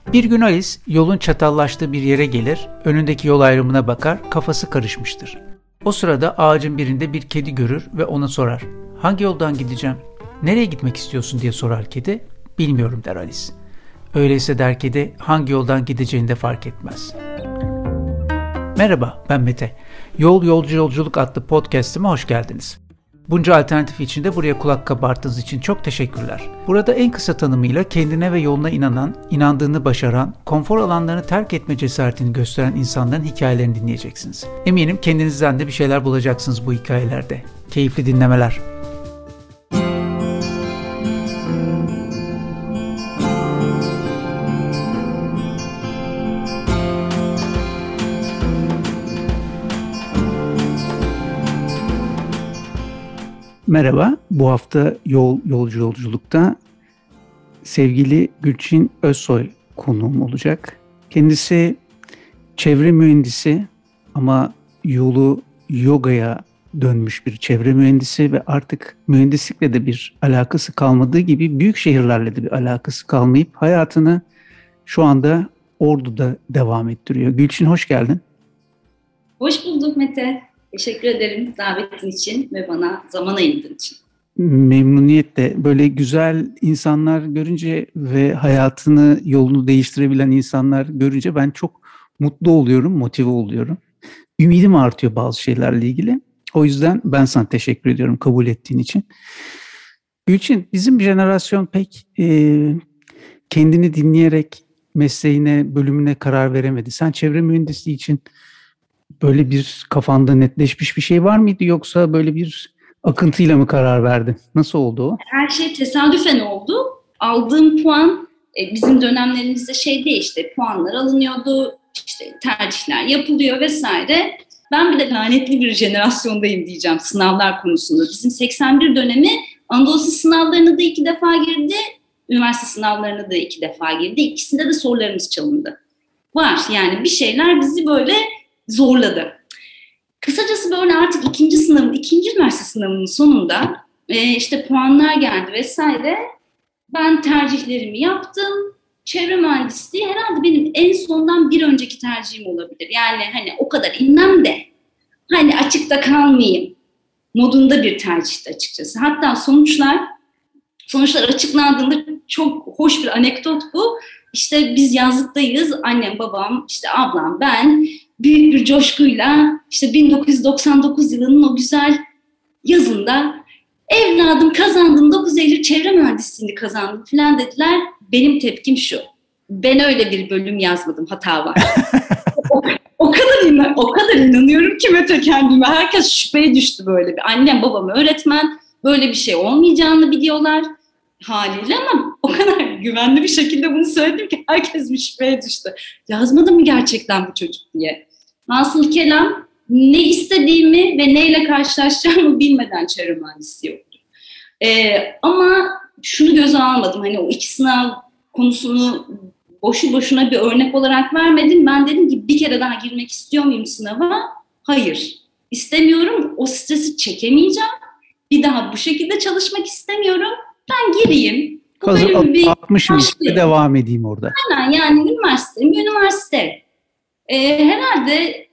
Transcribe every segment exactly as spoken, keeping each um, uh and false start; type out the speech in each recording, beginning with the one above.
Bir gün Alice yolun çatallaştığı bir yere gelir, önündeki yol ayrımına bakar, kafası karışmıştır. O sırada ağacın birinde bir kedi görür ve ona sorar. Hangi yoldan gideceğim? Nereye gitmek istiyorsun diye sorar kedi. Bilmiyorum der Alice. Öyleyse der kedi, hangi yoldan gideceğini de fark etmez. Merhaba, ben Mete. Yol Yolcu Yolculuk adlı podcast'ime hoş geldiniz. Bunca alternatif içinde buraya kulak kabarttığınız için çok teşekkürler. Burada en kısa tanımıyla kendine ve yoluna inanan, inandığını başaran, konfor alanlarını terk etme cesaretini gösteren insanların hikayelerini dinleyeceksiniz. Eminim kendinizden de bir şeyler bulacaksınız bu hikayelerde. Keyifli dinlemeler. Merhaba, bu hafta Yol Yolcu Yolculuk'ta sevgili Gülçin Özsoy konuğum olacak. Kendisi çevre mühendisi ama yolu yogaya dönmüş bir çevre mühendisi ve artık mühendislikle de bir alakası kalmadığı gibi büyük şehirlerle de bir alakası kalmayıp hayatını şu anda Ordu'da devam ettiriyor. Gülçin hoş geldin. Hoş bulduk Mete. Teşekkür ederim davetin için ve bana zaman ayırdığın için. Memnuniyetle. Böyle güzel insanlar görünce ve hayatını, yolunu değiştirebilen insanlar görünce ben çok mutlu oluyorum, motive oluyorum. Ümidim artıyor bazı şeylerle ilgili. O yüzden ben sana teşekkür ediyorum kabul ettiğin için. Gülçin, bizim jenerasyon pek e, kendini dinleyerek mesleğine, bölümüne karar veremedi. Sen çevre mühendisliği için böyle bir kafanda netleşmiş bir şey var mıydı yoksa böyle bir akıntıyla mı karar verdin? Nasıl oldu o? Her şey tesadüfen oldu. Aldığım puan e, bizim dönemlerimizde şey değil işte puanlar alınıyordu, işte tercihler yapılıyor vesaire. Ben bir de lanetli bir jenerasyondayım diyeceğim sınavlar konusunda. Bizim seksen bir dönemi Anadolu sınavlarına da iki defa girdi, üniversite sınavlarına da iki defa girdi. İkisinde de sorularımız çalındı. Var yani bir şeyler bizi böyle zorladı. Kısacası böyle artık ikinci sınavın, ikinci üniversite sınavının sonunda e, işte puanlar geldi vesaire. Ben tercihlerimi yaptım. Çevre mühendisliği herhalde benim en sondan bir önceki tercihim olabilir. Yani hani o kadar inmem de hani açıkta kalmayayım modunda bir tercihti açıkçası. Hatta sonuçlar sonuçlar açıklandığında çok hoş bir anekdot bu. İşte biz yazlıktayız. Annem, babam, işte ablam, ben büyük bir coşkuyla işte bin dokuz yüz doksan dokuz yılının o güzel yazında evladım kazandım, dokuz Eylül çevre mühendisliğini kazandım falan dediler. Benim tepkim şu. Ben öyle bir bölüm yazmadım. Hata var. o, o kadar inan, o kadar inanıyorum ki Mete kendime. Herkes şüpheye düştü böyle bir. Annem, babam öğretmen. Böyle bir şey olmayacağını biliyorlar haliyle ama o kadar güvenli bir şekilde bunu söyledim ki herkes bir şüpheye düştü. Yazmadı mı gerçekten bu çocuk diye. Hasıl kelam ne istediğimi ve neyle karşılaşacağımı bilmeden çevre mühendisliği okudum. Ee, ama şunu göze almadım. Hani o iki sınav konusunu boşu boşuna bir örnek olarak vermedim. Ben dedim ki bir kere daha girmek istiyor muyum sınava? Hayır. İstemiyorum. O stresi çekemeyeceğim. Bir daha bu şekilde çalışmak istemiyorum. Ben gireyim. altmış misli devam edeyim orada. Aynen yani üniversite, üniversite. Ee, herhalde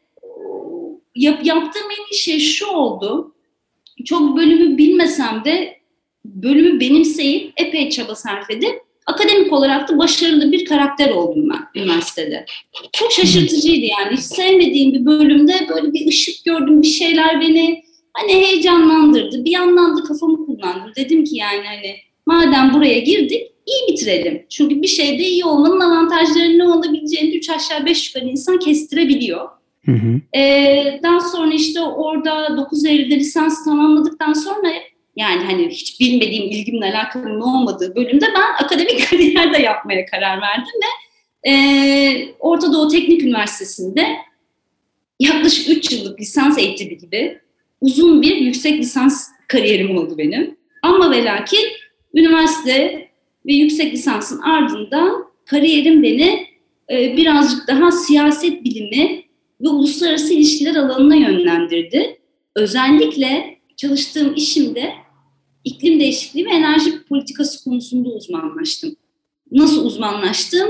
yap, yaptığım en iyi şey şu oldu. Çok bölümü bilmesem de bölümü benimseyip epey çaba sarf edip akademik olarak da başarılı bir karakter oldum ben üniversitede. Çok şaşırtıcıydı yani. Hiç sevmediğim bir bölümde böyle bir ışık gördüm, bir şeyler beni hani heyecanlandırdı. Bir yandan da kafamı kullandım. Dedim ki yani hani madem buraya girdik iyi bitirelim. Çünkü bir şeyde iyi olmanın avantajları ne olabileceğini üç aşağı beş yukarı insan kestirebiliyor. Hı hı. Ee, daha sonra işte orada dokuz Eylül'de lisans tamamladıktan sonra yani hani hiç bilmediğim ilgimle alakalı ne olmadığı bölümde ben akademik kariyer de yapmaya karar verdim ve e, Orta Doğu Teknik Üniversitesi'nde yaklaşık üç yıllık lisans eğitimi gibi uzun bir yüksek lisans kariyerim oldu benim. Ama ve lakin üniversite ve yüksek lisansın ardından kariyerim beni e, birazcık daha siyaset bilimi ve uluslararası ilişkiler alanına yönlendirdi. Özellikle çalıştığım işimde iklim değişikliği ve enerji politikası konusunda uzmanlaştım. Nasıl uzmanlaştım?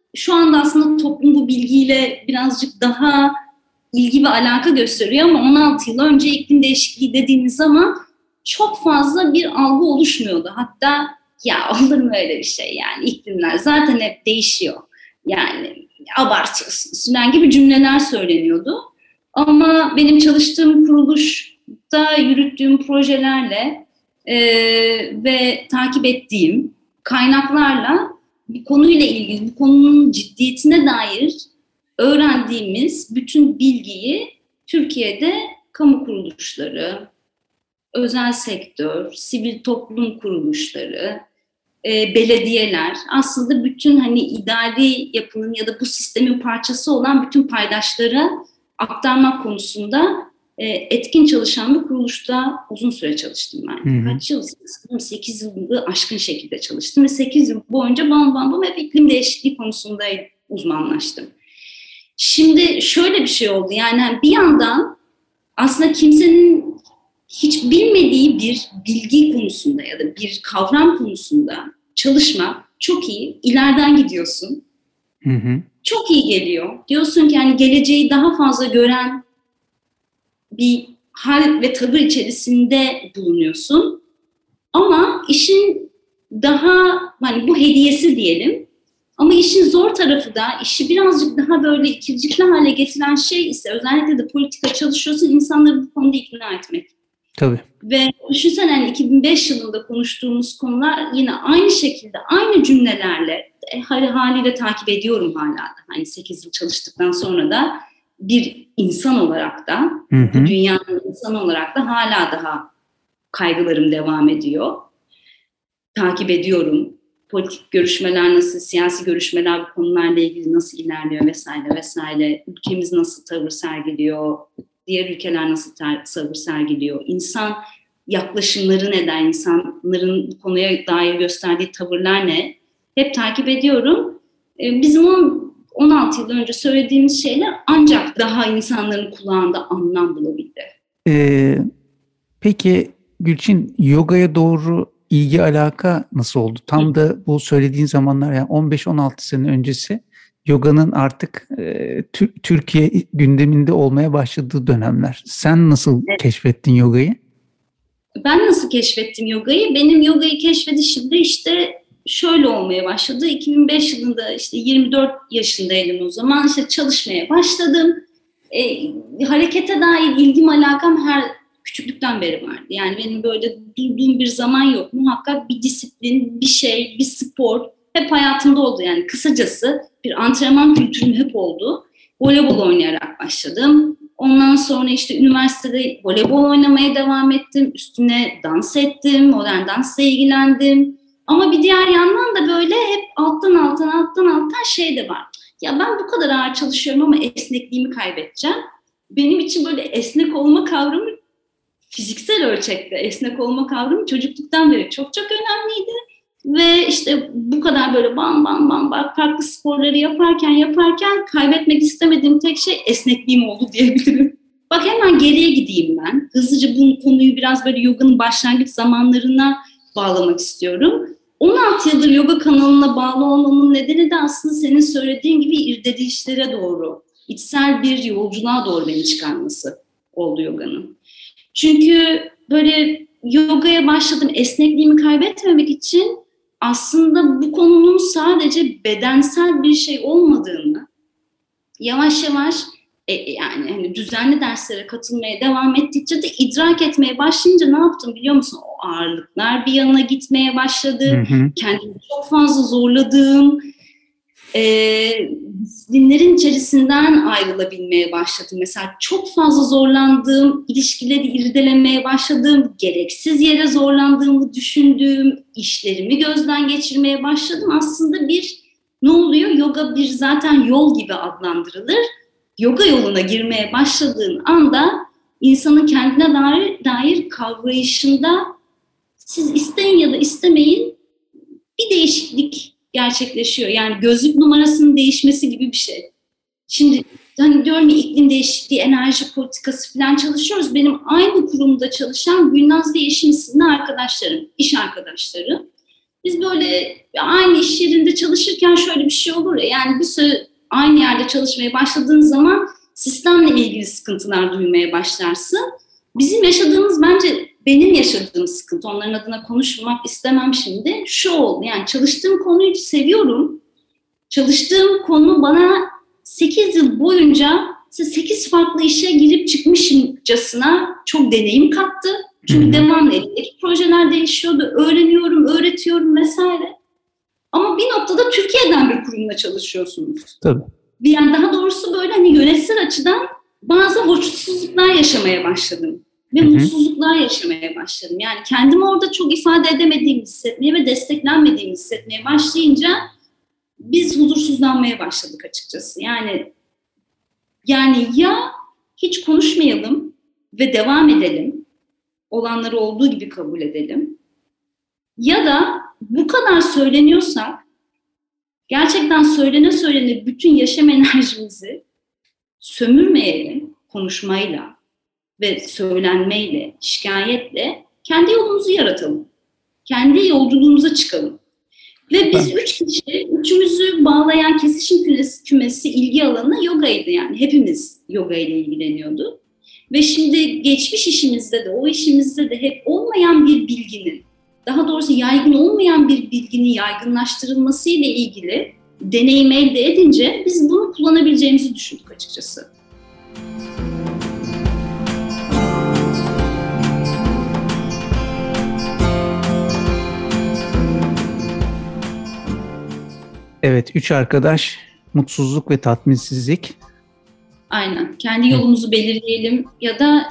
şu anda aslında toplum bu bilgiyle birazcık daha ilgi ve alaka gösteriyor ama on altı yıl önce iklim değişikliği dediğiniz zaman çok fazla bir algı oluşmuyordu. Hatta ya olur mu öyle bir şey, yani iklimler zaten hep değişiyor, yani abartıyorsunuz falan gibi cümleler söyleniyordu. Ama benim çalıştığım kuruluşta yürüttüğüm projelerle e, ve takip ettiğim kaynaklarla bu konuyla ilgili, bu konunun ciddiyetine dair öğrendiğimiz bütün bilgiyi Türkiye'de kamu kuruluşları, özel sektör, sivil toplum kuruluşları, e, belediyeler, aslında bütün hani idari yapının ya da bu sistemin parçası olan bütün paydaşlara aktarmak konusunda e, etkin çalışan bir kuruluşta uzun süre çalıştım ben. Hı hı. Kaç yıl? sekiz yılı aşkın şekilde çalıştım ve sekiz yıl boyunca bam bam bam hep iklim değişikliği konusunda uzmanlaştım. Şimdi şöyle bir şey oldu, yani bir yandan aslında kimsenin hiç bilmediği bir bilgi konusunda ya da bir kavram konusunda çalışmak çok iyi. İleriden gidiyorsun. Hı hı. Çok iyi geliyor. Diyorsun ki yani geleceği daha fazla gören bir hal ve tavır içerisinde bulunuyorsun. Ama işin daha hani bu hediyesi diyelim. Ama işin zor tarafı da işi birazcık daha böyle ikircikli hale getiren şey ise özellikle de politika çalışıyorsun, insanları bu konuda ikna etmek. Tabii. Ve düşünsene hani iki bin beş yılında konuştuğumuz konular yine aynı şekilde aynı cümlelerle e, haliyle takip ediyorum hala da. Hani sekiz yıl çalıştıktan sonra da bir insan olarak da, hı hı. bu dünyanın insanı olarak da hala daha kaygılarım devam ediyor. Takip ediyorum. Politik görüşmeler nasıl, siyasi görüşmeler bu konularla ilgili nasıl ilerliyor vesaire vesaire. Ülkemiz nasıl tavır sergiliyor, diğer ülkeler nasıl tavır sergiliyor, insan yaklaşımları neden, insanların bu konuya dair gösterdiği tavırlar ne? Hep takip ediyorum. Bizim on altı yıl önce söylediğimiz şeyler ancak daha insanların kulağında anlam bulabildi. Ee, peki Gülçin, yogaya doğru ilgi alaka nasıl oldu? Tam da bu söylediğin zamanlar, yani on beş on altı sene öncesi yoganın artık e, Türkiye gündeminde olmaya başladığı dönemler. Sen nasıl evet. keşfettin yogayı? Ben nasıl keşfettim yogayı? Benim yogayı keşfedişimde işte şöyle olmaya başladı. iki bin beş yılında işte yirmi dört yaşındaydım o zaman. İşte çalışmaya başladım. E, harekete dair ilgim, alakam her küçüklükten beri vardı. Yani benim böyle durduğum bir zaman yok. Muhakkak bir disiplin, bir şey, bir spor hep hayatımda oldu. Yani kısacası bir antrenman kültürüm hep oldu. Voleybol oynayarak başladım. Ondan sonra işte üniversitede voleybol oynamaya devam ettim. Üstüne dans ettim, modern dansla ilgilendim. Ama bir diğer yandan da böyle hep alttan alttan alttan alttan şey de var. Ya ben bu kadar ağır çalışıyorum ama esnekliğimi kaybedeceğim. Benim için böyle esnek olma kavramı, fiziksel ölçekte esnek olma kavramı çocukluktan beri çok çok önemliydi. Ve işte bu kadar böyle bam bam bam bak farklı sporları yaparken yaparken kaybetmek istemediğim tek şey esnekliğim oldu diyebilirim. Bak hemen geriye gideyim ben. Hızlıca bu konuyu biraz böyle yoganın başlangıç zamanlarına bağlamak istiyorum. on altı yıldır yoga kanalına bağlı olmamın nedeni de aslında senin söylediğin gibi irdelişlere doğru, içsel bir yolculuğa doğru beni çıkarması oldu yoganın. Çünkü böyle yogaya başladım esnekliğimi kaybetmemek için aslında bu konunun sadece bedensel bir şey olmadığını yavaş yavaş e, yani hani düzenli derslere katılmaya devam ettikçe de idrak etmeye başlayınca ne yaptım biliyor musun? O ağırlıklar bir yana gitmeye başladı. Hı hı. Kendimi çok fazla zorladığım e, disiplinlerin içerisinden ayrılabilmeye başladım. Mesela çok fazla zorlandığım, ilişkileri irdelemeye başladığım, gereksiz yere zorlandığımı düşündüğüm, işlerimi gözden geçirmeye başladım. Aslında bir ne oluyor? Yoga bir zaten yol gibi adlandırılır. Yoga yoluna girmeye başladığın anda insanın kendine dair, dair kavrayışında siz isteyin ya da istemeyin bir değişiklik gerçekleşiyor. Yani gözlük numarasının değişmesi gibi bir şey. Şimdi hani diyorum ya iklim değişikliği, enerji politikası falan çalışıyoruz. Benim aynı kurumda çalışan Gülnaz ve Yeşim isimli arkadaşlarım, iş arkadaşlarım. Biz böyle aynı iş yerinde çalışırken şöyle bir şey olur ya, yani bir süre aynı yerde çalışmaya başladığın zaman sistemle ilgili sıkıntılar duymaya başlarsın. Bizim yaşadığımız, bence benim yaşadığım sıkıntı, onların adına konuşmak istemem şimdi, şu oldu. Yani çalıştığım konuyu seviyorum. Çalıştığım konu bana sekiz yıl boyunca sekiz farklı işe girip çıkmışımcasına çok deneyim kattı. Çünkü hmm. devamlı elindeki projeler değişiyordu. Öğreniyorum, öğretiyorum vesaire. Ama bir noktada Türkiye'den bir kurumla çalışıyorsunuz. Tabii. Yani daha doğrusu böyle hani yönetsel açıdan bazı hoşnutsuzluklar yaşamaya başladım. Ve Hı-hı. mutsuzluklar yaşamaya başladım. Yani kendimi orada çok ifade edemediğimi hissetmeye ve desteklenmediğimi hissetmeye başlayınca biz huzursuzlanmaya başladık açıkçası. Yani yani ya hiç konuşmayalım ve devam edelim, olanları olduğu gibi kabul edelim, ya da bu kadar söyleniyorsak gerçekten söylene söylene bütün yaşam enerjimizi sömürmeyelim konuşmayla ve söylenmeyle, şikayetle, kendi yolumuzu yaratalım. Kendi yolculuğumuza çıkalım. Ve biz üç kişi, üçümüzü bağlayan kesişim kümesi, kümesi ilgi alanı yogaydı yani. Hepimiz yoga ile ilgileniyorduk. Ve şimdi geçmiş işimizde de, o işimizde de hep olmayan bir bilginin, daha doğrusu yaygın olmayan bir bilginin yaygınlaştırılması ile ilgili deneyim elde edince biz bunu kullanabileceğimizi düşündük açıkçası. Evet, üç arkadaş, mutsuzluk ve tatminsizlik. Aynen. Kendi yolumuzu belirleyelim ya da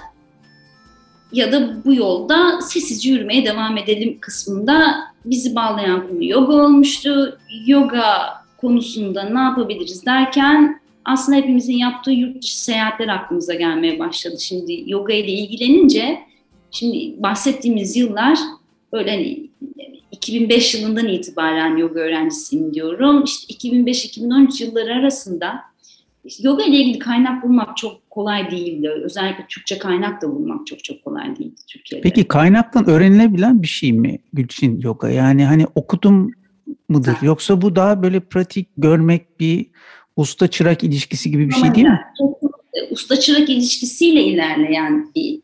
ya da bu yolda sessizce yürümeye devam edelim kısmında bizi bağlayan konu yoga olmuştu. Yoga konusunda ne yapabiliriz derken aslında hepimizin yaptığı yurt dışı seyahatler aklımıza gelmeye başladı. Şimdi yoga ile ilgilenince, şimdi bahsettiğimiz yıllar böyle hani iki bin beş yılından itibaren yoga öğrencisiyim diyorum. İşte iki bin beş iki bin on üç yılları arasında işte yoga ile ilgili kaynak bulmak çok kolay değildi. Özellikle Türkçe kaynak da bulmak çok çok kolay değildi Türkiye'de. Peki kaynaktan öğrenilebilen bir şey mi Gülçin yoga? Yani hani okudum mıdır? Ha. Yoksa bu daha böyle pratik görmek, bir usta çırak ilişkisi gibi bir Ama şey değil mi? Usta çırak ilişkisiyle ilerleyen bir,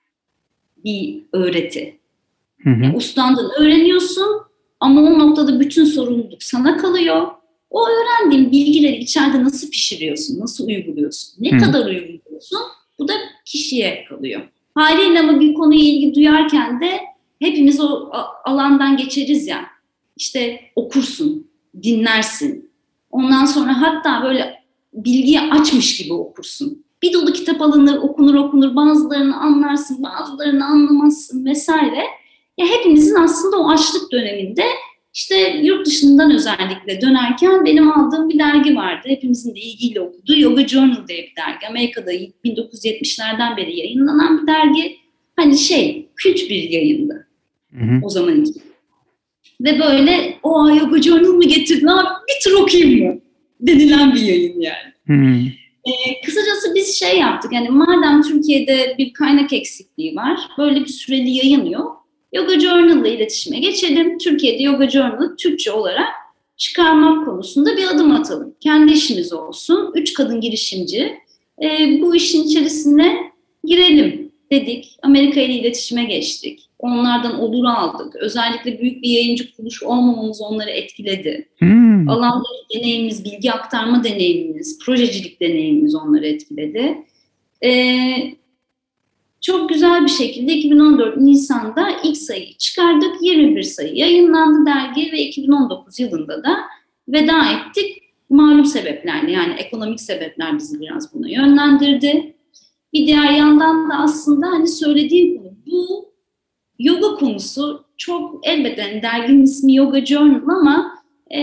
bir öğreti. Hı hı. Yani ustandan öğreniyorsun ama o noktada bütün sorumluluk sana kalıyor. O öğrendiğin bilgileri içeride nasıl pişiriyorsun, nasıl uyguluyorsun, ne hı. kadar uyguluyorsun, bu da kişiye kalıyor. Haliyle ama bir konuya ilgi duyarken de hepimiz o alandan geçeriz ya. İşte okursun, dinlersin. Ondan sonra hatta böyle bilgiyi açmış gibi okursun. Bir dolu kitap alınır, okunur okunur, bazılarını anlarsın, bazılarını anlamazsın vesaire. Ya hepimizin aslında o açlık döneminde işte yurt dışından özellikle dönerken benim aldığım bir dergi vardı. Hepimizin de ilgiyle okuduğu Yoga Journal diye bir dergi. Amerika'da bin dokuz yüz yetmişlerden beri yayınlanan bir dergi. Hani şey, kült bir yayındı hı hı. o zaman için. Ve böyle o Yoga Journal mı getirdin abi bir tur okuyayım mı denilen bir yayın yani. Hı. Ee, kısacası biz şey yaptık, yani madem Türkiye'de bir kaynak eksikliği var, böyle bir süreli yayın yok. Yoga Journal ile iletişime geçelim. Türkiye'de Yoga Journal'ı Türkçe olarak çıkarmak konusunda bir adım atalım. Kendi işimiz olsun. Üç kadın girişimci. E, bu işin içerisine girelim dedik. Amerika ile iletişime geçtik. Onlardan oluru aldık. Özellikle büyük bir yayıncı kuruluş olmamamız onları etkiledi. Hmm. Alandaki deneyimimiz, bilgi aktarma deneyimimiz, projecilik deneyimimiz onları etkiledi. Eee Çok güzel bir şekilde iki bin on dört Nisan'da ilk sayıyı çıkardık. yirmi bir sayı yayınlandı dergi ve iki bin on dokuz yılında da veda ettik. Malum sebeplerle, yani ekonomik sebepler bizi biraz buna yönlendirdi. Bir diğer yandan da aslında hani söylediğim konu bu yoga konusu çok, elbette yani derginin ismi Yoga Journal ama e,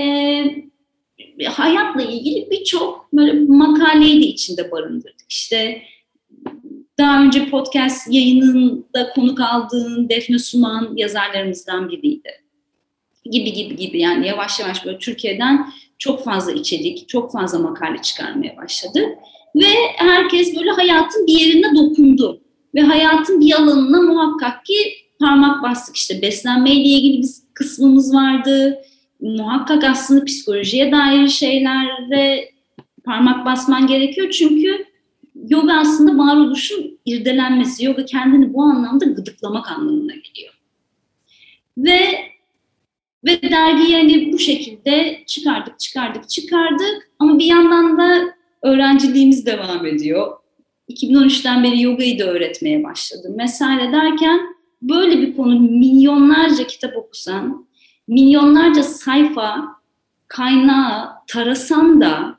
hayatla ilgili birçok böyle makaleyi de içinde barındırdık. İşte daha önce podcast yayınında konuk aldığım Defne Suman yazarlarımızdan biriydi. Gibi gibi gibi yani yavaş yavaş böyle Türkiye'den çok fazla içerik, çok fazla makale çıkarmaya başladık. Ve herkes böyle hayatın bir yerine dokundu. Ve hayatın bir alanına muhakkak ki parmak bastık. İşte beslenmeyle ilgili biz kısmımız vardı. Muhakkak aslında psikolojiye dair şeylere parmak basman gerekiyor. Çünkü yoga aslında varoluşun irdelenmesi. Yoga kendini bu anlamda gıdıklamak anlamına geliyor. Ve ve dergiyi hani bu şekilde çıkardık, çıkardık, çıkardık. Ama bir yandan da öğrenciliğimiz devam ediyor. iki bin on üçten beri yogayı da öğretmeye başladım vesaire derken böyle bir konu milyonlarca kitap okusan, milyonlarca sayfa kaynağı tarasan da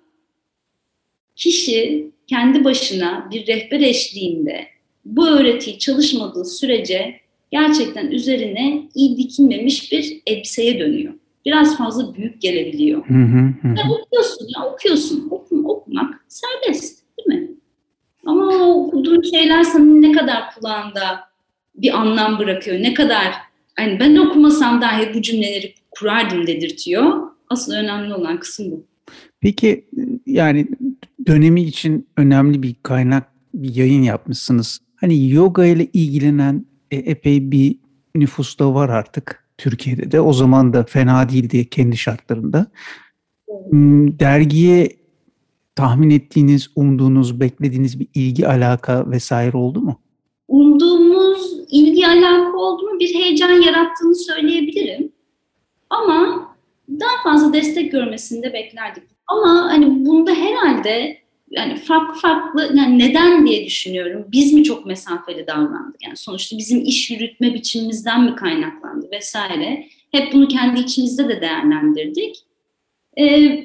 kişi kendi başına bir rehber eşliğinde bu öğretiyi çalışmadığı sürece gerçekten üzerine iyi dikilmemiş bir elbiseye dönüyor. Biraz fazla büyük gelebiliyor. Hı hı hı. Ya okuyorsun ya okuyorsun. Okum, okumak serbest değil mi? Ama o okuduğun şeyler senin ne kadar kulağında bir anlam bırakıyor. Ne kadar hani ben okumasam dahi bu cümleleri kurardım dedirtiyor. Asıl önemli olan kısım bu. Peki yani dönemi için önemli bir kaynak, bir yayın yapmışsınız. Hani yoga ile ilgilenen e, epey bir nüfus da var artık Türkiye'de de. O zaman da fena değildi kendi şartlarında. Hmm, Dergiye tahmin ettiğiniz, umduğunuz, beklediğiniz bir ilgi, alaka vesaire oldu mu? Umduğumuz ilgi, alaka oldu mu? Bir heyecan yarattığını söyleyebilirim. Ama daha fazla destek görmesini de beklerdik. Ama hani bunda herhalde yani farklı farklı yani neden diye düşünüyorum. Biz mi çok mesafeli davrandık? Yani sonuçta bizim iş yürütme biçimimizden mi kaynaklandı vesaire. Hep bunu kendi içimizde de değerlendirdik. Ee,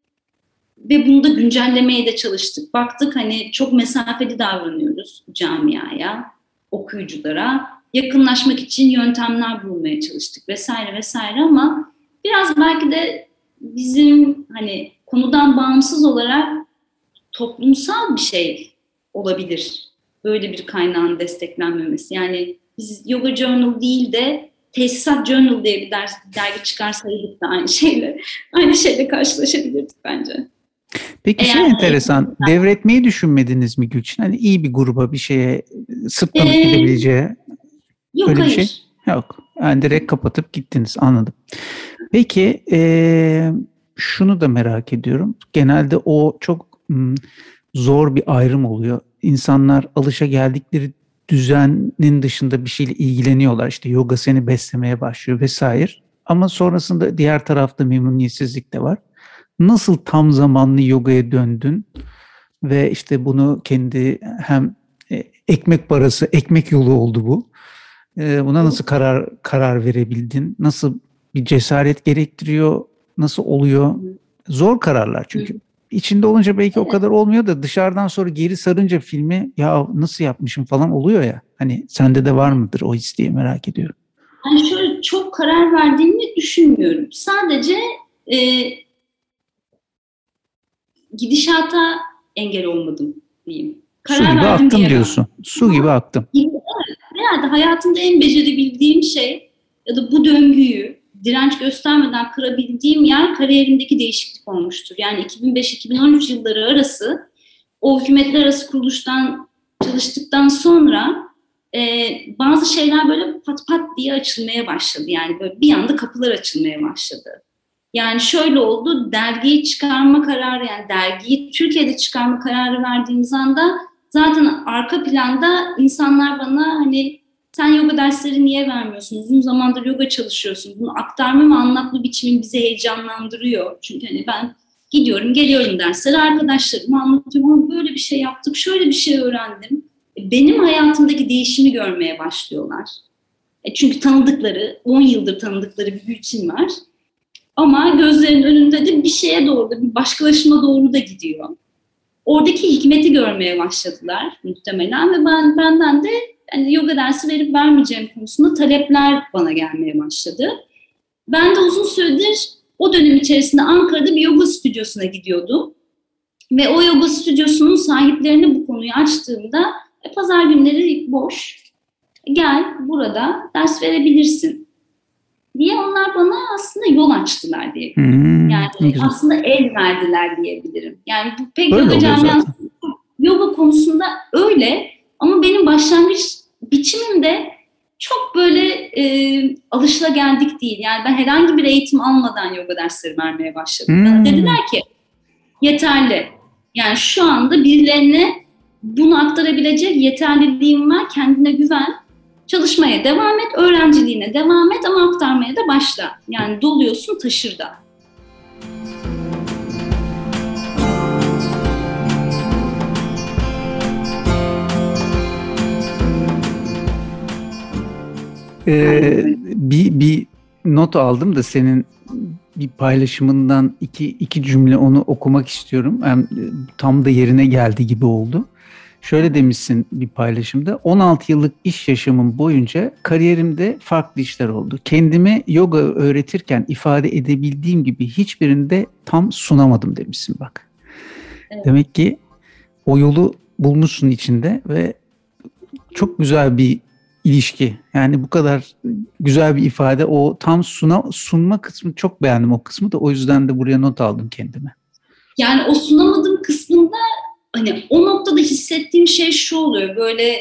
ve bunu da güncellemeye de çalıştık. Baktık hani çok mesafeli davranıyoruz camiaya, okuyuculara. Yakınlaşmak için yöntemler bulmaya çalıştık vesaire vesaire ama biraz belki de bizim hani konudan bağımsız olarak toplumsal bir şey olabilir. Böyle bir kaynağın desteklenmemesi. Yani biz Yoga Journal değil de Tesisat Journal diye bir ders, dergi çıkarsaydık da aynı şeyle aynı şeyle karşılaşabilirdik bence. Peki Eğer şey enteresan, e, devretmeyi düşünmediniz mi Gülçin? Hani iyi bir gruba bir şeye sıplanıp ee, gidebileceği yok öyle hayır. bir şey yok. Yani direkt kapatıp gittiniz, anladım. Peki e, şunu da merak ediyorum. Genelde o çok m, zor bir ayrım oluyor. İnsanlar alışa geldikleri düzenin dışında bir şeyle ilgileniyorlar. İşte yoga seni beslemeye başlıyor vesaire. Ama sonrasında diğer tarafta memnuniyetsizlik de var. Nasıl tam zamanlı yogaya döndün ve işte bunu kendi hem ekmek parası, ekmek yolu oldu bu. Buna nasıl karar karar verebildin? Nasıl bir cesaret gerektiriyor? Nasıl oluyor? Zor kararlar çünkü. İçinde olunca belki o kadar olmuyor da dışarıdan sonra geri sarınca filmi ya nasıl yapmışım falan oluyor ya. Hani sende de var mıdır o his diye merak ediyorum. Yani şöyle çok karar verdiğimi düşünmüyorum. Sadece e, gidişata engel olmadım diyeyim. Karar Su gibi aktım diyorsun. Ben. Su gibi aktım. Evet. Herhalde hayatımda en becerebildiğim şey ya da bu döngüyü direnç göstermeden kırabildiğim yer kariyerimdeki değişiklik olmuştur. Yani iki bin beş iki bin on üç yılları arası o hükümetler arası kuruluştan çalıştıktan sonra e, bazı şeyler böyle pat pat diye açılmaya başladı. Yani böyle bir anda kapılar açılmaya başladı. Yani şöyle oldu, dergiyi çıkarma kararı yani dergiyi Türkiye'de çıkarma kararı verdiğimiz anda zaten arka planda insanlar bana hani sen yoga dersleri niye vermiyorsun? Uzun zamandır yoga çalışıyorsun. Bunu aktarma ve anlatma biçimin bizi heyecanlandırıyor. Çünkü hani ben gidiyorum, geliyorum derslere arkadaşlarıma anlatıyorum ama böyle bir şey yaptık, şöyle bir şey öğrendim. Benim hayatımdaki değişimi görmeye başlıyorlar. E çünkü tanıdıkları, on yıldır tanıdıkları bir Gülçin var. Ama gözlerinin önünde de bir şeye doğru da, bir başkalaşıma doğru da gidiyor. Oradaki hikmeti görmeye başladılar muhtemelen ve ben benden de yani yoga dersi verip vermeyeceğim konusunda talepler bana gelmeye başladı. Ben de uzun süredir o dönem içerisinde Ankara'da bir yoga stüdyosuna gidiyordum. Ve o yoga stüdyosunun sahiplerine bu konuyu açtığımda e, pazar günleri boş, gel burada ders verebilirsin diye onlar bana aslında yol açtılar diye. Hmm, yani aslında el verdiler diyebilirim. Yani bu pek öyle yoga camiası yoga konusunda öyle ama benim başlangıç biçimim de çok böyle e, alışılageldik değil. Yani ben herhangi bir eğitim almadan yoga dersleri vermeye başladım. Hmm. Bana dediler ki yeterli. Yani şu anda birilerine bunu aktarabilecek yeterliliğin var, kendine güven, çalışmaya devam et, öğrenciliğine devam et ama aktarmaya da başla. Yani doluyorsun taşır da. Ee, bir, bir not aldım da senin bir paylaşımından iki, iki cümle onu okumak istiyorum. Hem tam da yerine geldi gibi oldu. Şöyle demişsin bir paylaşımda, on altı yıllık iş yaşamım boyunca kariyerimde farklı işler oldu. Kendime yoga öğretirken ifade edebildiğim gibi hiçbirinde tam sunamadım demişsin bak. Evet. Demek ki o yolu bulmuşsun içinde ve çok güzel bir ilişki. Yani bu kadar güzel bir ifade, o tam suna, sunma kısmı çok beğendim o kısmı da, o yüzden de buraya not aldım kendime. Yani o sunamadığım kısmında hani o noktada hissettiğim şey şu oluyor, böyle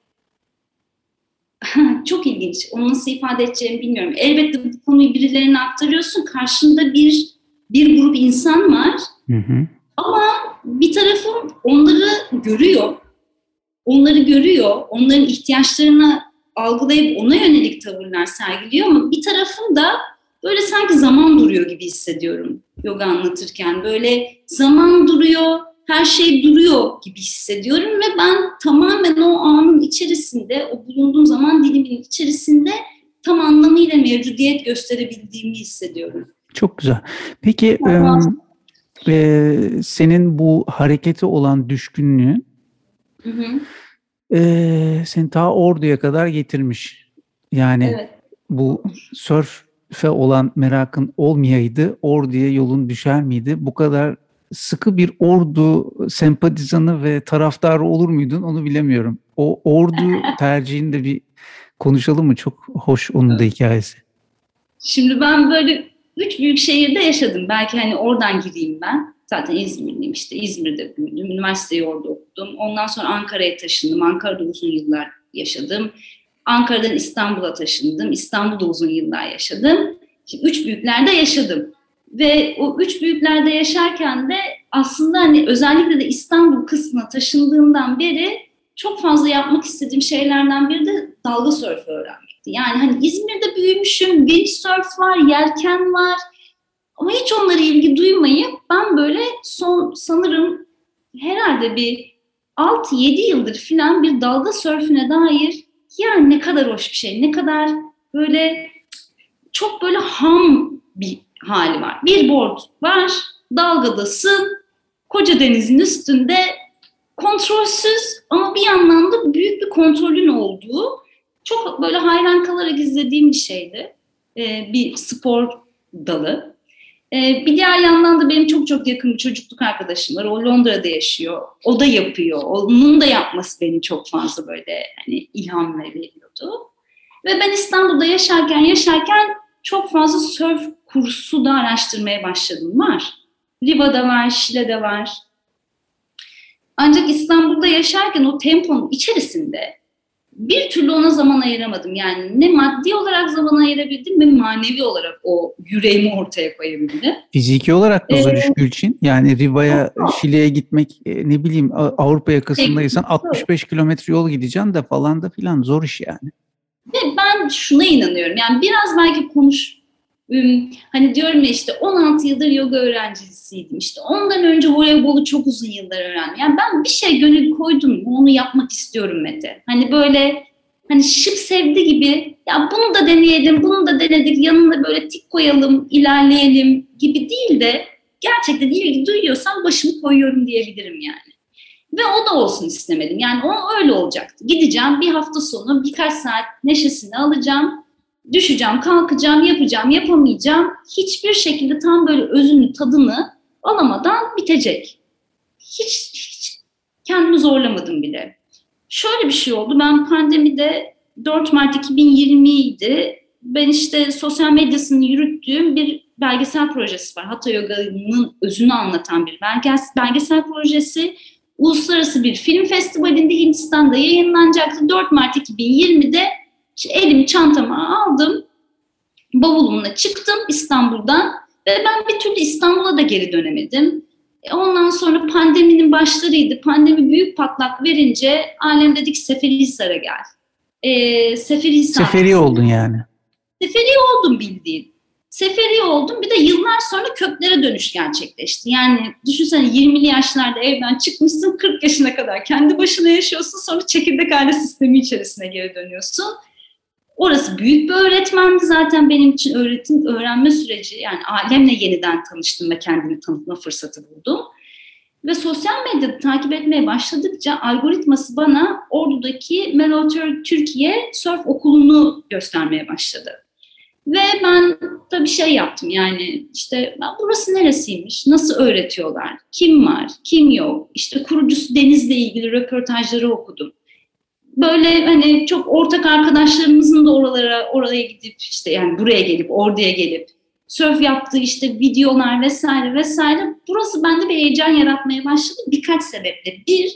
çok ilginç. Onu nasıl ifade edeceğimi bilmiyorum. Elbette bu konuyu birilerine aktarıyorsun. Karşında bir bir grup insan var. Hı hı. Ama bir tarafım onları görüyor. Onları görüyor. Onların ihtiyaçlarını algılayıp ona yönelik tavırlar sergiliyor ama bir tarafım da böyle sanki zaman duruyor gibi hissediyorum yoga anlatırken. Böyle zaman duruyor, her şey duruyor gibi hissediyorum ve ben tamamen o anın içerisinde, o bulunduğum zaman diliminin içerisinde tam anlamıyla mevcudiyet gösterebildiğimi hissediyorum. Çok güzel. Peki e, e, senin bu harekete olan düşkünlüğün hı hı. e, seni ta Ordu'ya kadar getirmiş. Yani evet. Bu sörfe olan merakın olmayaydı, Ordu'ya yolun düşer miydi? Bu kadar sıkı bir Ordu sempatizanı ve taraftarı olur muydun onu bilemiyorum. O Ordu tercihini de bir konuşalım mı? Çok hoş onun da hikayesi. Şimdi ben böyle üç büyük şehirde yaşadım. Belki hani oradan gireyim ben. Zaten İzmirliyim işte. İzmir'de büyüdüm. Üniversiteyi orada okudum. Ondan sonra Ankara'ya taşındım. Ankara'da uzun yıllar yaşadım. Ankara'dan İstanbul'a taşındım. İstanbul'da uzun yıllar yaşadım. Şimdi üç büyüklerde yaşadım. Ve o üç büyüklerde yaşarken de aslında hani özellikle de İstanbul kısmına taşındığımdan beri çok fazla yapmak istediğim şeylerden biri de dalga sörfü öğrenmekti. Yani hani İzmir'de büyümüşüm, windsurf var, yelken var. Ama hiç onlara ilgi duymayıp ben böyle son sanırım herhalde bir altı yedi yıldır falan bir dalga sörfüne dair yani ne kadar hoş bir şey, ne kadar böyle çok böyle ham bir hali var. Bir board var, dalgadasın, koca denizin üstünde kontrolsüz ama bir yandan da büyük bir kontrolün olduğu çok böyle hayran kalarak izlediğim bir şeydi. Ee, bir spor dalı. Ee, bir diğer yandan da benim çok çok yakın bir çocukluk arkadaşım var. O Londra'da yaşıyor. O da yapıyor. Onun da yapması beni çok fazla böyle hani ilham veriyordu. Ve ben İstanbul'da yaşarken yaşarken çok fazla surf kursu da araştırmaya başladım. Var. Riva'da var, Şile'de var. Ancak İstanbul'da yaşarken o temponun içerisinde bir türlü ona zaman ayıramadım. Yani ne maddi olarak zaman ayırabildim ne manevi olarak o yüreğimi ortaya koyabildim. Fiziki olarak da zor iş Gülçin. Yani Riva'ya, Şile'ye gitmek ne bileyim Avrupa yakasındaysan altmış beş kilometre yol gideceksin de falan da filan zor iş yani. Ve ben şuna inanıyorum. Yani biraz belki konuş hani diyorum ya işte on altı yıldır yoga öğrencisiydim. İşte ondan önce voleybolu çok uzun yıllar öğrendim. Yani ben bir şey gönül koydum mu onu yapmak istiyorum Mete. Hani böyle hani şıp sevdi gibi ya bunu da deneyelim, bunu da denedik yanına böyle tik koyalım, ilerleyelim gibi değil de gerçekten ilgi duyuyorsam başımı koyuyorum diyebilirim yani. Ve o da olsun istemedim. Yani o öyle olacaktı. Gideceğim bir hafta sonu birkaç saat neşesini alacağım. Düşeceğim, kalkacağım, yapacağım, yapamayacağım. Hiçbir şekilde tam böyle özünü, tadını alamadan bitecek. Hiç, hiç kendimi zorlamadım bile. Şöyle bir şey oldu. Ben pandemide dört Mart iki bin yirmiydi. Ben işte sosyal medyasını yürüttüğüm bir belgesel projesi var. Hatha Yoga'nın özünü anlatan bir belgesel projesi. Uluslararası bir film festivalinde Hindistan'da yayınlanacaktı. dört Mart iki bin yirmide İşte elimi çantama aldım, bavulumla çıktım İstanbul'dan ve ben bir türlü İstanbul'a da geri dönemedim. E ondan sonra pandeminin başlarıydı. Pandemi büyük patlak verince alem dedik Seferihisar'a gel. E, Seferihisar. Seferi oldun yani. Seferi oldum bildiğin. Seferi oldum. Bir de yıllar sonra köklere dönüş gerçekleşti. Yani düşünsene yirmili yaşlarda evden çıkmışsın, kırk yaşına kadar kendi başına yaşıyorsun, sonra çekirdek aile sistemi içerisine geri dönüyorsun. Orası büyük bir öğretmendi zaten benim için, öğretim, öğrenme süreci. Yani alemle yeniden tanıştım ve kendimi tanıtma fırsatı buldum. Ve sosyal medyada takip etmeye başladıkça algoritması bana Ordu'daki Melotör Türkiye Surf Okulu'nu göstermeye başladı. Ve ben tabii şey yaptım, yani işte burası neresiymiş, nasıl öğretiyorlar, kim var, kim yok, işte kurucusu Deniz'le ilgili röportajları okudum. Böyle hani çok ortak arkadaşlarımızın da oralara oraya gidip işte yani buraya gelip Ordu'ya gelip sörf yaptığı işte videolar vesaire vesaire, burası bende bir heyecan yaratmaya başladı birkaç sebeple. Bir,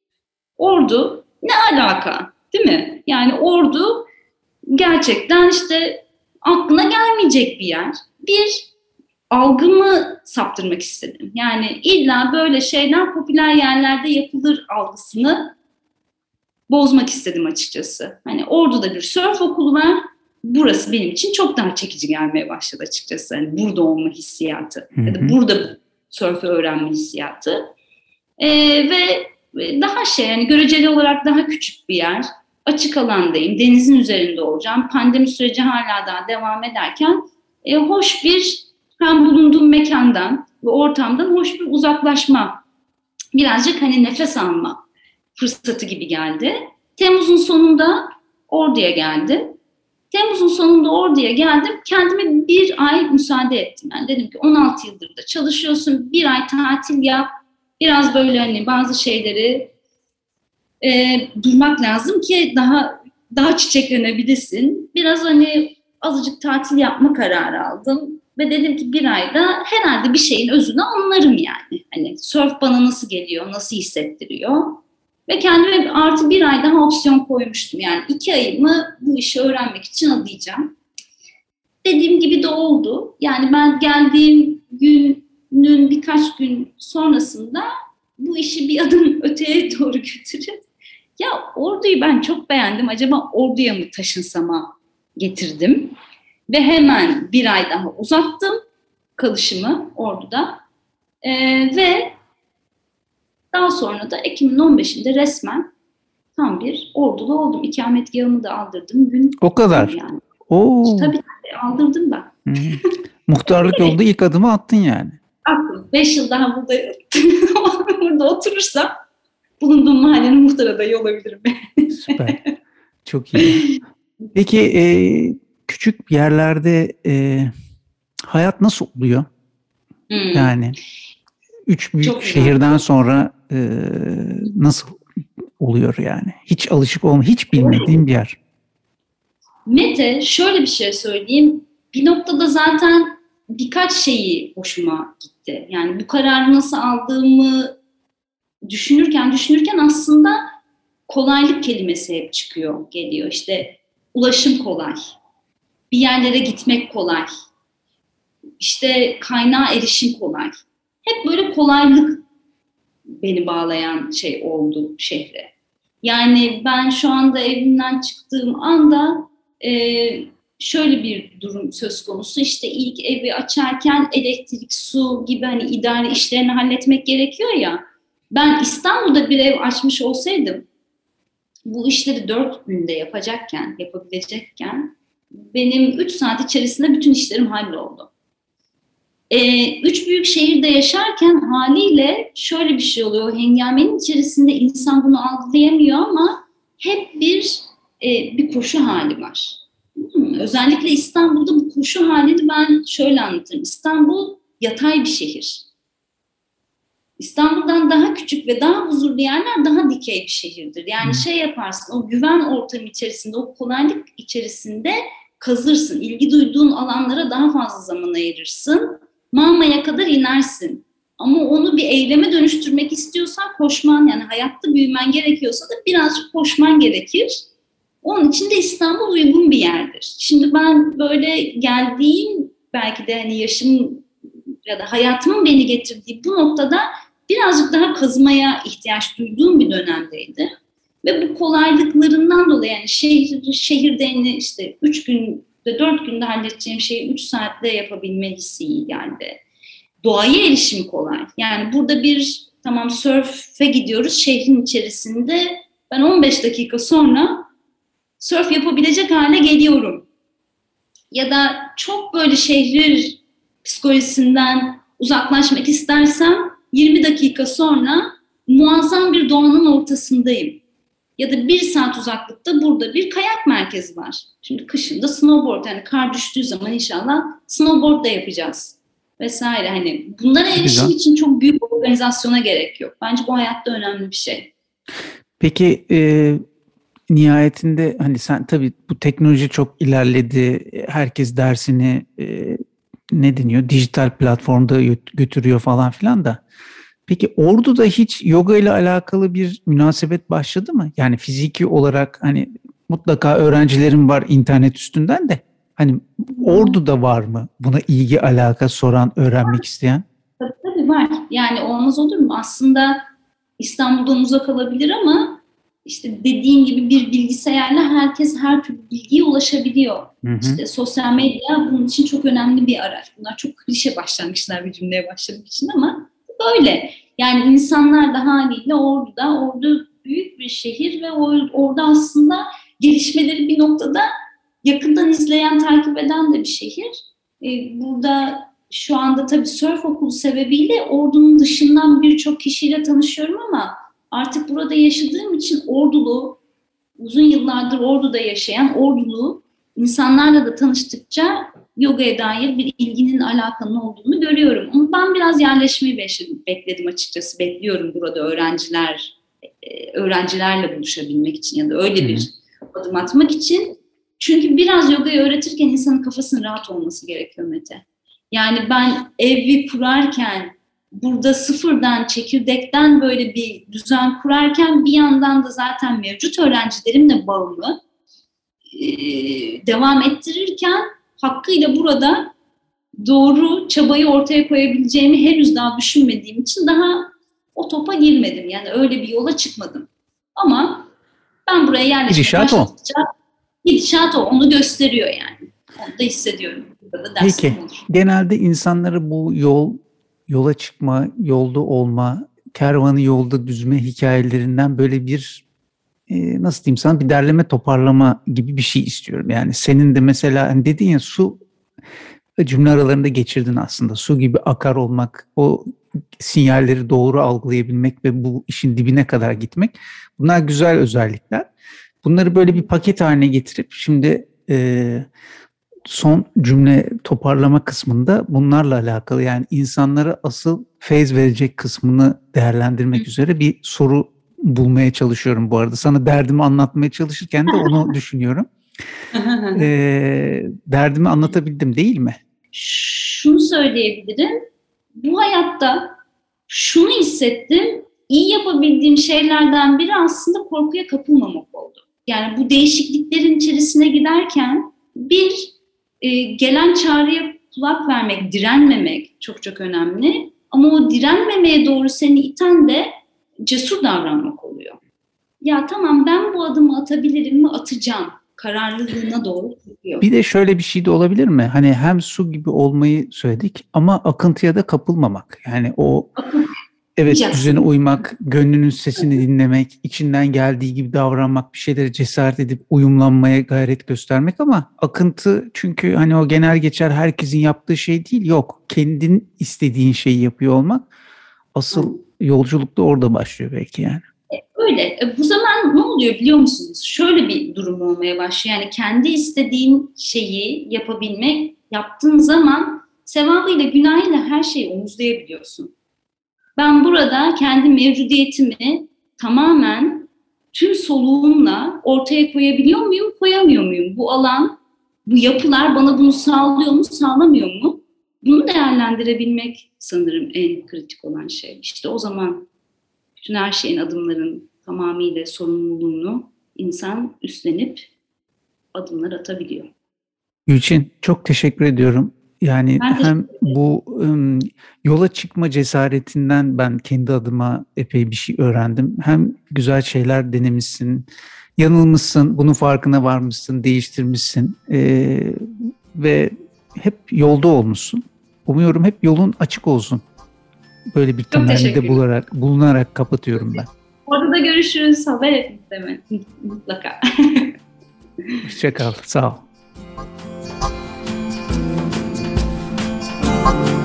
Ordu ne alaka, değil mi? Yani Ordu gerçekten işte aklına gelmeyecek bir yer. Bir, algımı saptırmak istedim. Yani illa böyle şeyler popüler yerlerde yapılır algısını bozmak istedim açıkçası. Hani Ordu'da bir sörf okulu var. Burası benim için çok daha çekici gelmeye başladı açıkçası. Yani burada olma hissiyatı. Hı hı. Ya da burada sörfü öğrenme hissiyatı. Ee, ve daha şey, yani göreceli olarak daha küçük bir yer. Açık alandayım. Denizin üzerinde olacağım. Pandemi süreci hala daha devam ederken e, hoş bir, hem bulunduğum mekandan ve ortamdan hoş bir uzaklaşma. Birazcık hani nefes alma fırsatı gibi geldi. Temmuz'un sonunda Ordu'ya geldim. Temmuz'un sonunda Ordu'ya geldim. Kendime bir ay müsaade ettim. Yani dedim ki on altı yıldır da çalışıyorsun. Bir ay tatil yap. Biraz böyle hani bazı şeyleri e, durmak lazım ki daha daha çiçeklenebilirsin. Biraz hani azıcık tatil yapma kararı aldım. Ve dedim ki bir ayda herhalde bir şeyin özünü anlarım yani. Hani surf bana nasıl geliyor, nasıl hissettiriyor. Ve kendime artı bir ay daha opsiyon koymuştum. Yani iki ayımı bu işi öğrenmek için adayacağım. Dediğim gibi de oldu. Yani ben geldiğim günün birkaç gün sonrasında bu işi bir adım öteye doğru götürüp ya Ordu'yu ben çok beğendim. Acaba Ordu'ya mı taşınsama getirdim. Ve hemen bir ay daha uzattım kalışımı Ordu'da. Ee, ve daha sonra da Ekim'in on beşinde resmen tam bir Ordulu oldum. İkametgahımı da aldırdım. Gün o kadar. Yani. Oo. Tabii tabii aldırdım ben. Muhtarlık yolda ilk adımı attın yani. Attım. Beş yıl daha burada, burada oturursam bulunduğum mahallenin muhtar adayı olabilirim. Süper. Çok iyi. Peki e, küçük yerlerde e, hayat nasıl oluyor? Hmm. Yani üç büyük Çok şehirden güzel. sonra e, nasıl oluyor yani? Hiç alışık olma, hiç bilmediğim bir yer. Mete, şöyle bir şey söyleyeyim. Bir noktada zaten birkaç şeyi hoşuma gitti. Yani bu kararı nasıl aldığımı düşünürken düşünürken aslında kolaylık kelimesi hep çıkıyor, geliyor. İşte ulaşım kolay, bir yerlere gitmek kolay, işte kaynağa erişim kolay. Hep böyle kolaylık beni bağlayan şey oldu şehre. Yani ben şu anda evimden çıktığım anda e, şöyle bir durum söz konusu. İşte ilk evi açarken elektrik, su gibi hani idari işlerini halletmek gerekiyor ya. Ben İstanbul'da bir ev açmış olsaydım bu işleri dört günde yapacakken, yapabilecekken benim üç saat içerisinde bütün işlerim halloldu. Ee, üç büyük şehirde yaşarken haliyle şöyle bir şey oluyor. Hengamenin içerisinde insan bunu algılayamıyor ama hep bir e, bir koşu hali var. Hmm, özellikle İstanbul'da bu koşu halini ben şöyle anlatırım. İstanbul yatay bir şehir. İstanbul'dan daha küçük ve daha huzurlu yerler daha dikey bir şehirdir. Yani şey yaparsın, o güven ortamı içerisinde, o kolaylık içerisinde kazırsın. İlgi duyduğun alanlara daha fazla zaman ayırırsın. Mamaya kadar inersin. Ama onu bir eyleme dönüştürmek istiyorsan koşman, yani hayatta büyümen gerekiyorsa da birazcık koşman gerekir. Onun için de İstanbul uygun bir yerdir. Şimdi ben böyle geldiğim, belki de hani yaşım ya da hayatımın beni getirdiği bu noktada birazcık daha kazımaya ihtiyaç duyduğum bir dönemdeydi. Ve bu kolaylıklarından dolayı, yani şehir, şehirde işte üç günde, dört günde halledeceğim şeyi üç saatte yapabilmesi iyi geldi. Doğaya erişim kolay. Yani burada bir, tamam sörfe gidiyoruz şehrin içerisinde, ben on beş dakika sonra sörf yapabilecek hale geliyorum. Ya da çok böyle şehir psikolojisinden uzaklaşmak istersem yirmi dakika sonra muazzam bir doğanın ortasındayım. Ya da bir saat uzaklıkta burada bir kayak merkezi var. Şimdi kışın da snowboard, yani kar düştüğü zaman inşallah snowboard da yapacağız vesaire. Hani bunlara erişim için çok büyük organizasyona gerek yok. Bence bu hayatta önemli bir şey. Peki e, nihayetinde hani sen, tabii bu teknoloji çok ilerledi. Herkes dersini e, ne deniyor? Dijital platformda götürüyor falan filan da. Peki Ordu'da hiç yoga ile alakalı bir münasebet başladı mı? Yani fiziki olarak hani mutlaka öğrencilerim var internet üstünden de. Hani Ordu'da var mı buna ilgi, alaka soran, öğrenmek isteyen? Tabii tabii var. Yani olmaz olur mu? Aslında İstanbul'dan uzak olabilir ama işte dediğim gibi bir bilgisayarla herkes her türlü bilgiye ulaşabiliyor. Hı hı. İşte sosyal medya bunun için çok önemli bir araç. Bunlar çok klişe başlangıçlar bir cümleye başlamak için ama böyle. Yani insanlar da haliyle Ordu'da, Ordu büyük bir şehir ve orada aslında gelişmeleri bir noktada yakından izleyen, takip eden de bir şehir. Ee, burada şu anda tabii sörf okulu sebebiyle Ordu'nun dışından birçok kişiyle tanışıyorum ama artık burada yaşadığım için Ordulu, uzun yıllardır Ordu'da yaşayan Ordulu insanlarla da tanıştıkça yogaya dair bir ilginin, alakanın olduğunu görüyorum. Ama ben biraz yerleşmeyi bekledim açıkçası. Bekliyorum burada öğrenciler, öğrencilerle buluşabilmek için ya da öyle bir adım atmak için. Çünkü biraz yogayı öğretirken insanın kafasının rahat olması gerekiyor Mete. Yani ben evi kurarken, burada sıfırdan, çekirdekten böyle bir düzen kurarken bir yandan da zaten mevcut öğrencilerimle bağımı e, devam ettirirken hakkıyla burada doğru çabayı ortaya koyabileceğimi henüz daha düşünmediğim için daha o topa girmedim. Yani öyle bir yola çıkmadım. Ama ben buraya yerleşmeye başladıkça gidişat o. Onu gösteriyor yani. Onu da hissediyorum. Burada da Peki. Olur. Genelde insanları bu yol, yola çıkma, yolda olma, kervanı yolda düzme hikayelerinden böyle bir e, nasıl diyeyim sana, bir derleme toparlama gibi bir şey istiyorum. Yani senin de mesela hani dedin ya, su cümle aralarında geçirdin aslında. Su gibi akar olmak, o sinyalleri doğru algılayabilmek ve bu işin dibine kadar gitmek. Bunlar güzel özellikler. Bunları böyle bir paket haline getirip şimdi e, son cümle toparlama kısmında bunlarla alakalı, yani insanlara asıl feyz verecek kısmını değerlendirmek üzere bir soru bulmaya çalışıyorum bu arada. Sana derdimi anlatmaya çalışırken de onu düşünüyorum. e, derdimi anlatabildim değil mi? Şunu söyleyebilirim. Bu hayatta şunu hissettim. İyi yapabildiğim şeylerden biri aslında korkuya kapılmamak oldu. Yani bu değişikliklerin içerisine giderken bir e, gelen çağrıya kulak vermek, direnmemek çok çok önemli. Ama o direnmemeye doğru seni iten de cesur davranmak oluyor. Ya tamam, ben bu adımı atabilirim mi? Atacağım. Kararlılığına doğru gidiyor. Bir de şöyle bir şey de olabilir mi? Hani hem su gibi olmayı söyledik ama akıntıya da kapılmamak. Yani o evet, düzene uymak, gönlünün sesini dinlemek, içinden geldiği gibi davranmak, bir şeylere cesaret edip uyumlanmaya gayret göstermek ama akıntı, çünkü hani o genel geçer herkesin yaptığı şey değil, yok. Kendin istediğin şeyi yapıyor olmak asıl yolculukta orada başlıyor belki yani. Öyle. E, bu zaman ne oluyor biliyor musunuz? Şöyle bir durum olmaya başlıyor. Yani kendi istediğin şeyi yapabilmek, yaptığın zaman sevabıyla, günahıyla her şeyi omuzlayabiliyorsun. Ben burada kendi mevcudiyetimi tamamen tüm soluğumla ortaya koyabiliyor muyum, koyamıyor muyum? Bu alan, bu yapılar bana bunu sağlıyor mu, sağlamıyor mu? Bunu değerlendirebilmek sanırım en kritik olan şey. İşte o zaman bütün her şeyin, adımların tamamıyla sorumluluğunu insan üstlenip adımlar atabiliyor. Gülçin, çok teşekkür ediyorum. Yani Ben hem bu ım, yola çıkma cesaretinden ben kendi adıma epey bir şey öğrendim. Hem güzel şeyler denemişsin, yanılmışsın, bunun farkına varmışsın, değiştirmişsin ee, ve hep yolda olmuşsun. Umuyorum hep yolun açık olsun. Böyle bir temelde bularak, bulunarak kapatıyorum ben. Orada da görüşürüz. Haber et mutlaka. Hoşça kal. Sağ ol.